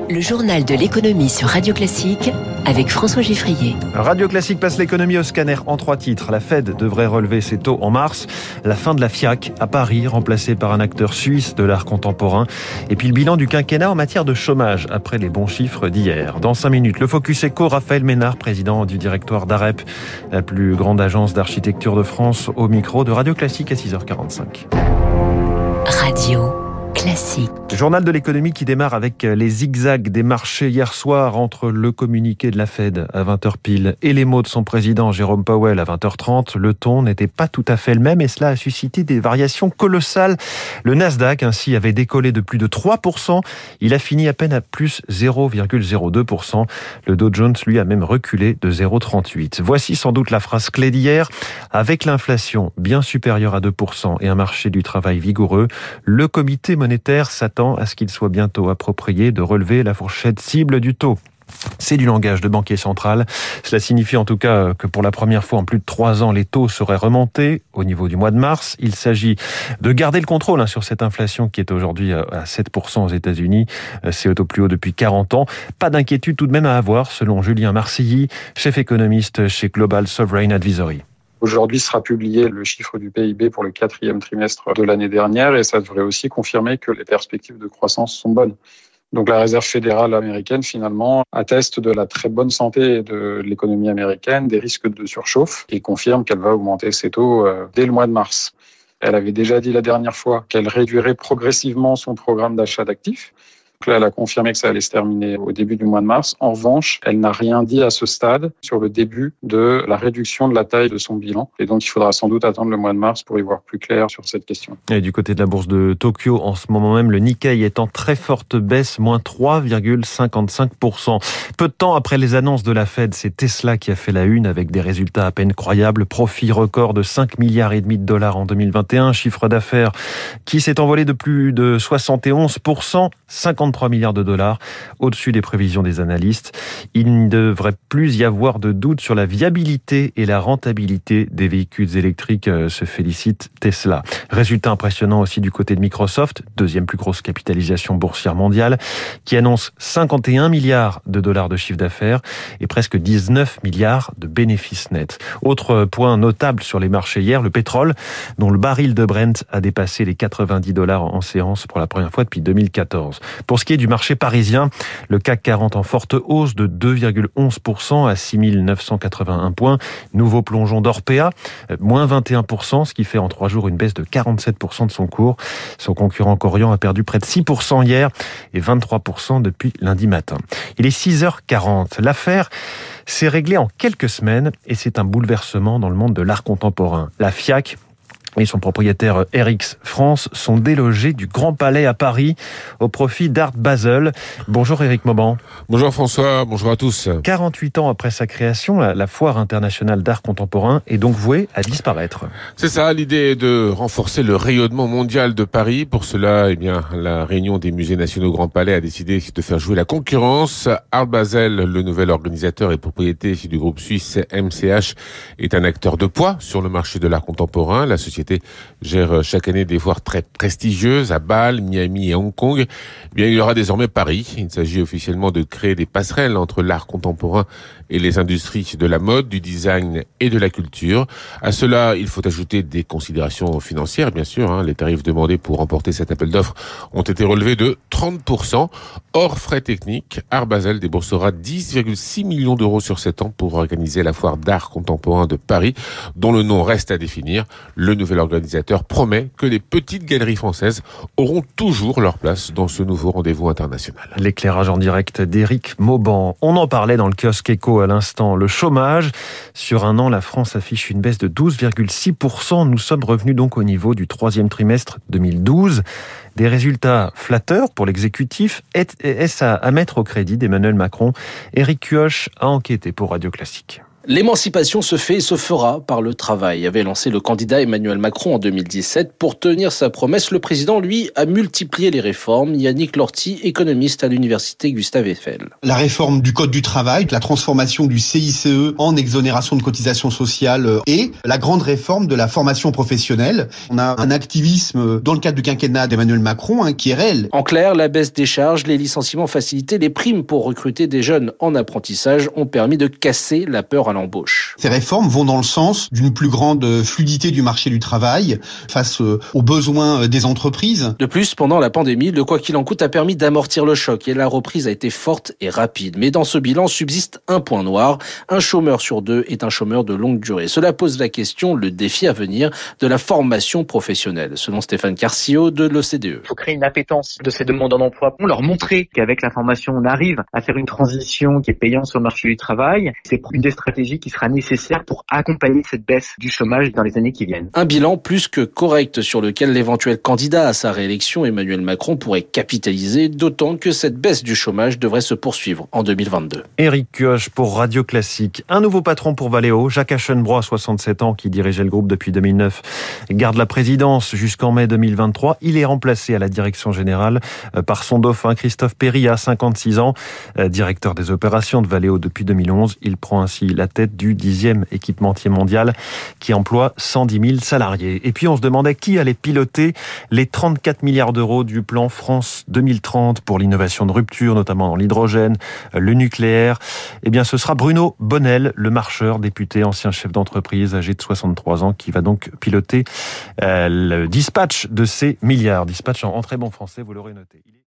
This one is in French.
Le journal de l'économie sur Radio Classique avec François Geffrier. Radio Classique passe l'économie au scanner en 3 titres. La Fed devrait relever ses taux en mars. La fin de la FIAC à Paris, remplacée par un acteur suisse de l'art contemporain. Et puis le bilan du quinquennat en matière de chômage, après les bons chiffres d'hier. Dans 5 minutes, le Focus Éco, Raphaël Ménard, président du directoire d'AREP, la plus grande agence d'architecture de France, au micro de Radio Classique à 6h45. Radio Classique. Journal de l'économie qui démarre avec les zigzags des marchés hier soir entre le communiqué de la Fed à 20h pile et les mots de son président Jérôme Powell à 20h30. Le ton n'était pas tout à fait le même et cela a suscité des variations colossales. Le Nasdaq ainsi avait décollé de plus de 3%. Il a fini à peine à plus 0,02%. Le Dow Jones, lui, a même reculé de 0,38%. Voici sans doute la phrase clé d'hier. Avec l'inflation bien supérieure à 2% et un marché du travail vigoureux, le comité monétaire s'attend à ce qu'il soit bientôt approprié de relever la fourchette cible du taux. C'est du langage de banquier central. Cela signifie en tout cas que pour la première fois en plus de 3 ans, les taux seraient remontés au niveau du mois de mars. Il s'agit de garder le contrôle sur cette inflation qui est aujourd'hui à 7% aux États-Unis. C'est au plus haut depuis 40 ans. Pas d'inquiétude tout de même à avoir, selon Julien Marcilly, chef économiste chez Global Sovereign Advisory. Aujourd'hui sera publié le chiffre du PIB pour le 4e trimestre de l'année dernière et ça devrait aussi confirmer que les perspectives de croissance sont bonnes. Donc la Réserve fédérale américaine, finalement, atteste de la très bonne santé de l'économie américaine, des risques de surchauffe et confirme qu'elle va augmenter ses taux dès le mois de mars. Elle avait déjà dit la dernière fois qu'elle réduirait progressivement son programme d'achat d'actifs. Donc là, elle a confirmé que ça allait se terminer au début du mois de mars. En revanche, elle n'a rien dit à ce stade sur le début de la réduction de la taille de son bilan. Et donc, il faudra sans doute attendre le mois de mars pour y voir plus clair sur cette question. Et du côté de la bourse de Tokyo, en ce moment même, le Nikkei est en très forte baisse, moins 3,55%. Peu de temps après les annonces de la Fed, c'est Tesla qui a fait la une avec des résultats à peine croyables. Profit record de 5,5 milliards de dollars en 2021. Chiffre d'affaires qui s'est envolé de plus de 71%. 53 milliards de dollars, au-dessus des prévisions des analystes. Il ne devrait plus y avoir de doute sur la viabilité et la rentabilité des véhicules électriques, se félicite Tesla. Résultat impressionnant aussi du côté de Microsoft, deuxième plus grosse capitalisation boursière mondiale, qui annonce 51 milliards de dollars de chiffre d'affaires et presque 19 milliards de bénéfices nets. Autre point notable sur les marchés hier, le pétrole, dont le baril de Brent a dépassé les 90 dollars en séance pour la première fois depuis 2014. Pour ce qui est du marché parisien, le CAC 40 en forte hausse de 2,11% à 6 981 points. Nouveau plongeon d'Orpea, moins 21%, ce qui fait en 3 jours une baisse de 47% de son cours. Son concurrent Corian a perdu près de 6% hier et 23% depuis lundi matin. Il est 6h40. L'affaire s'est réglée en quelques semaines et c'est un bouleversement dans le monde de l'art contemporain. La FIAC et son propriétaire RX France sont délogés du Grand Palais à Paris au profit d'Art Basel. Bonjour Éric Mauban. Bonjour François, bonjour à tous. 48 ans après sa création, la Foire internationale d'art contemporain est donc vouée à disparaître. C'est ça, l'idée est de renforcer le rayonnement mondial de Paris. Pour cela, la réunion des musées nationaux Grand Palais a décidé de faire jouer la concurrence. Art Basel, le nouvel organisateur et propriété du groupe suisse MCH, est un acteur de poids sur le marché de l'art contemporain. La société gère chaque année des foires très prestigieuses à Bâle, Miami et Hong Kong. Il y aura désormais Paris. Il s'agit officiellement de créer des passerelles entre l'art contemporain et les industries de la mode, du design et de la culture. À cela, il faut ajouter des considérations financières, bien sûr. Les tarifs demandés pour remporter cet appel d'offres ont été relevés de 30%. Hors frais techniques, Art Basel déboursera 10,6 millions d'euros sur 7 ans pour organiser la foire d'art contemporain de Paris, dont le nom reste à définir. Le nouvel organisateur promet que les petites galeries françaises auront toujours leur place dans ce nouveau rendez-vous international. L'éclairage en direct d'Éric Mauban. On en parlait dans le kiosque Éco à l'instant. Le chômage, sur un an, la France affiche une baisse de 12,6%. Nous sommes revenus donc au niveau du 3e trimestre 2012. Des résultats flatteurs pour l'exécutif. Est-ce à mettre au crédit d'Emmanuel Macron? Éric Cuoche a enquêté pour Radio Classique. L'émancipation se fait et se fera par le travail, avait lancé le candidat Emmanuel Macron en 2017. Pour tenir sa promesse, le président, lui, a multiplié les réformes. Yannick Lorty, économiste à l'université Gustave Eiffel. La réforme du code du travail, la transformation du CICE en exonération de cotisations sociales et la grande réforme de la formation professionnelle. On a un activisme dans le cadre du quinquennat d'Emmanuel Macron qui est réel. En clair, la baisse des charges, les licenciements facilités, les primes pour recruter des jeunes en apprentissage ont permis de casser la peur à l'embauche. Ces réformes vont dans le sens d'une plus grande fluidité du marché du travail face aux besoins des entreprises. De plus, pendant la pandémie, le quoi qu'il en coûte a permis d'amortir le choc et la reprise a été forte et rapide. Mais dans ce bilan subsiste un point noir. Un chômeur sur deux est un chômeur de longue durée. Cela pose la question, le défi à venir de la formation professionnelle. Selon Stéphane Carcio de l'OCDE. Il faut créer une appétence de ces demandeurs d'emploi. On leur montrer qu'avec la formation, on arrive à faire une transition qui est payante sur le marché du travail. C'est une des stratégies qui sera nécessaire pour accompagner cette baisse du chômage dans les années qui viennent. Un bilan plus que correct sur lequel l'éventuel candidat à sa réélection, Emmanuel Macron, pourrait capitaliser, d'autant que cette baisse du chômage devrait se poursuivre en 2022. Éric Kioch pour Radio Classique. Un nouveau patron pour Valeo, Jacques Aschenbroich, 67 ans, qui dirigeait le groupe depuis 2009, garde la présidence jusqu'en mai 2023. Il est remplacé à la direction générale par son dauphin Christophe Périllat, 56 ans, directeur des opérations de Valeo depuis 2011. Il prend ainsi la tête du 10e équipementier mondial qui emploie 110 000 salariés. Et puis on se demandait qui allait piloter les 34 milliards d'euros du plan France 2030 pour l'innovation de rupture, notamment dans l'hydrogène, le nucléaire. Eh bien ce sera Bruno Bonnell, le marcheur, député, ancien chef d'entreprise âgé de 63 ans, qui va donc piloter le dispatch de ces milliards. Dispatch en très bon français, vous l'aurez noté.